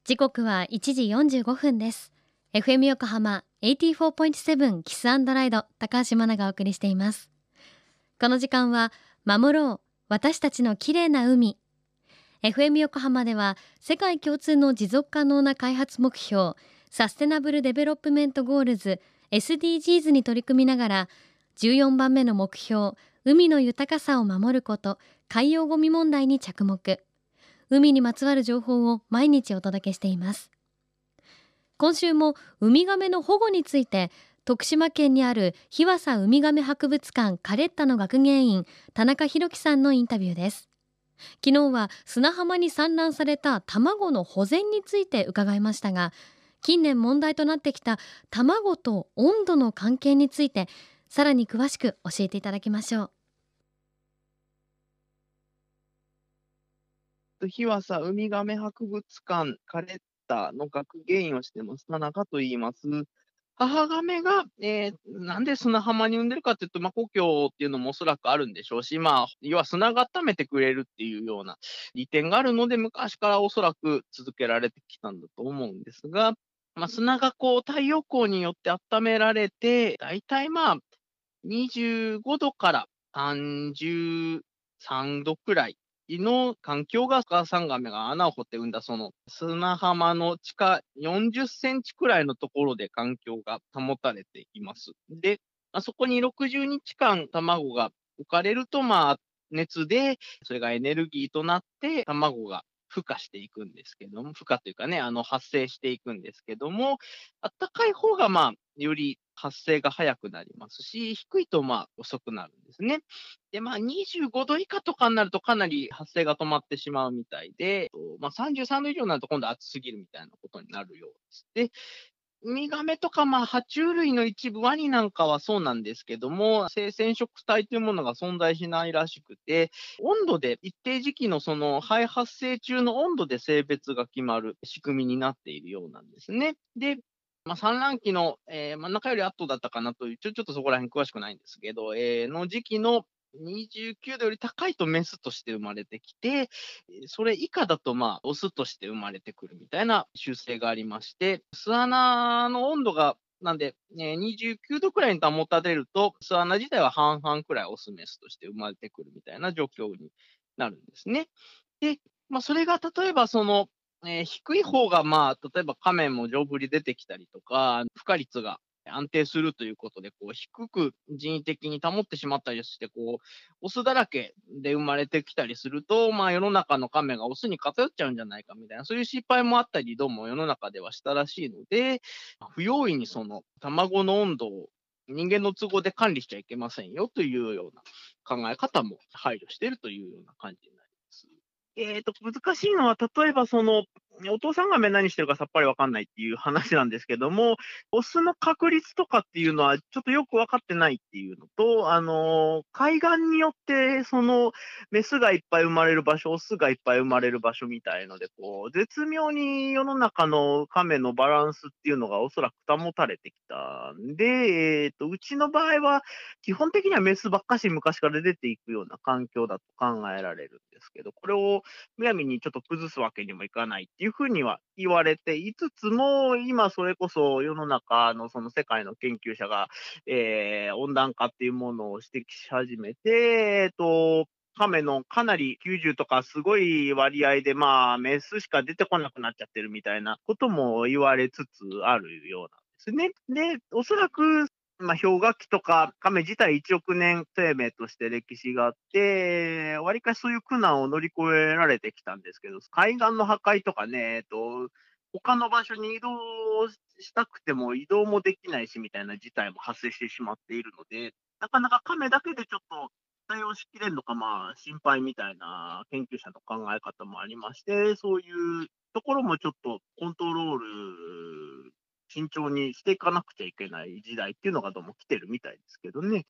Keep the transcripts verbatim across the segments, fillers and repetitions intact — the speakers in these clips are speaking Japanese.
時刻はいちじよんじゅうごふんです。 エフエム 横浜 エイティフォーポイントセブン キスアンドライド、高橋真奈がお送りしています。この時間は守ろう私たちの綺麗な海。 エフエム 横浜では世界共通の持続可能な開発目標サステナブルデベロップメントゴールズ エスディージーズ に取り組みながら、じゅうよんばんめの目標海の豊かさを守ること、海洋ゴミ問題に着目。海にまつわる情報を毎日お届けしています。今週もウミガメの保護について、徳島県にある日和佐ウミガメ博物館カレッタの学芸員田中裕樹さんのインタビューです。昨日は砂浜に産卵された卵の保全について伺いましたが、近年問題となってきた卵と温度の関係についてさらに詳しく教えていただきましょう。 日和佐ウミガメ博物館カレッタの学芸員をしています田中と言います。母ガメが、えー、なんで砂浜に産んでるかというと、まあ、故郷っていうのもおそらくあるんでしょうし、まあ、要は砂が温めてくれるっていうような利点があるので、昔からおそらく続けられてきたんだと思うんですが、まあ、砂がこう太陽光によって温められて、だいたいまあにじゅうごどからさんじゅうさんどくらいの環境が、カワサンガメが穴を掘って生んだその砂浜の地下よんじゅっセンチくらいのところで環境が保たれています。で、あそこにろくじゅうにちかん卵が置かれると、まあ、熱で、それがエネルギーとなって卵が孵化していくんですけども、孵化というかね、あの発生していくんですけども、あったかい方が、まあ、より発生が早くなりますし、低いとまあ遅くなるんですね。で、まあ、にじゅうごど以下とかになるとかなり発生が止まってしまうみたいで、まあ、さんじゅうさんど以上になると今度暑すぎるみたいなことになるようです。で、ウミガメとか、まあ、爬虫類の一部、ワニなんかはそうなんですけども、性染色体というものが存在しないらしくて、温度で、一定時期のその肺発生中の温度で性別が決まる仕組みになっているようなんですね。で、まあ、産卵期の、えー、真ん中より後だったかなという、ちょちょっとそこら辺詳しくないんですけど、えー、の時期のにじゅうきゅうどより高いとメスとして生まれてきて、それ以下だとまあオスとして生まれてくるみたいな習性がありまして、巣穴の温度がなんで、えー、にじゅうきゅうどくらいに保たれると、巣穴自体は半々くらいオスメスとして生まれてくるみたいな状況になるんですね。で、まあ、それが例えばその、えー、低い方がまあ、例えばカメも丈夫に出てきたりとか、孵化率が安定するということで、こう低く人為的に保ってしまったりして、こう、オスだらけで生まれてきたりすると、まあ世の中のカメがオスに偏っちゃうんじゃないかみたいな、そういう失敗もあったり、どうも世の中ではしたらしいので、不用意にその卵の温度を人間の都合で管理しちゃいけませんよというような考え方も配慮しているというような感じになります。えっと、難しいのは、例えばその、お父さんガメ何してるかさっぱりわかんないっていう話なんですけども、オスの確率とかっていうのはちょっとよくわかってないっていうのと、あの、海岸によって、その、メスがいっぱい生まれる場所、オスがいっぱい生まれる場所みたいので、こう、絶妙に世の中のカメのバランスっていうのがおそらく保たれてきたんで、えっと、うちの場合は、基本的にはメスばっかし昔から出ていくような環境だと考えられるんですけど、これをむやみにちょっと崩すわけにもいかないっていうふうには言われていつつも、今それこそ世の中のその世界の研究者が、えー、温暖化っていうものを指摘し始めて、えっと、カメのかなりきゅうじゅうとかすごい割合で、まあ、メスしか出てこなくなっちゃってるみたいなことも言われつつあるようなんですね。で、おそらくまあ、氷河期とか亀自体いちおくねん生命として歴史があって、わりかしそういう苦難を乗り越えられてきたんですけど、海岸の破壊とかね、えっと、他の場所に移動したくても移動もできないしみたいな事態も発生してしまっているので、なかなか亀だけでちょっと対応しきれるのか、まあ、心配みたいな研究者の考え方もありまして、そういうところもちょっとコントロール慎重にしていかなくちゃいけない時代っていうのがどうも来てるみたいですけどね。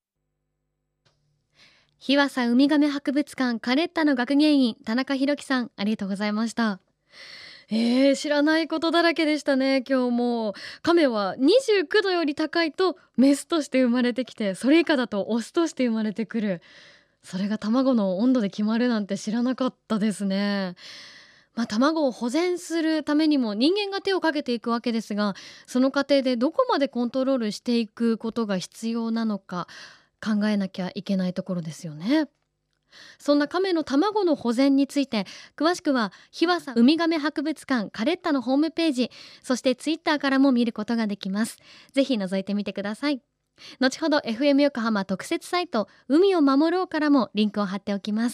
日和佐ウミガメ博物館カレッタの学芸員田中裕樹さん、ありがとうございました。えー、知らないことだらけでしたね。今日もカメはにじゅうきゅうどより高いとメスとして生まれてきて、それ以下だとオスとして生まれてくる。それが卵の温度で決まるなんて知らなかったですね。 まあ、卵を保全するためにも人間が手をかけていくわけですが、その過程でどこまでコントロールしていくことが必要なのか考えなきゃいけないところですよね。そんな亀の卵の保全について詳しくは日和佐ウミガメ博物館カレッタのホームページ、そしてツイッターからも見ることができます。ぜひ覗いてみてください。後ほど エフエム 横浜特設サイト海を守ろうからもリンクを貼っておきます。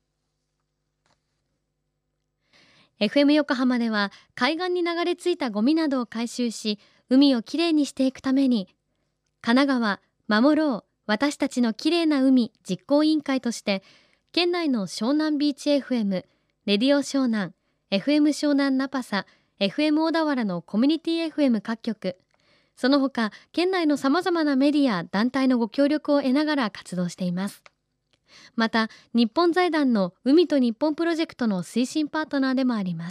エフエム 横浜では海岸に流れ着いたゴミなどを回収し海をきれいにしていくために、神奈川守ろう私たちのきれいな海実行委員会として県内の湘南ビーチ エフエム、レディオ湘南、 エフエム 湘南ナパサ、 エフエム 小田原のコミュニティ エフエム 各局、その他県内のさまざまなメディア団体のご協力を得ながら活動しています。また日本財団の海と日本プロジェクトの推進パートナーでもあります。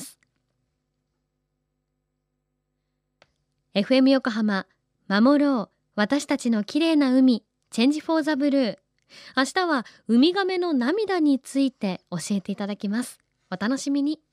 エフエム 横浜守ろう私たちのきれいな海チェンジフォーザブルー、明日はウミガメの涙について教えていただきます。お楽しみに。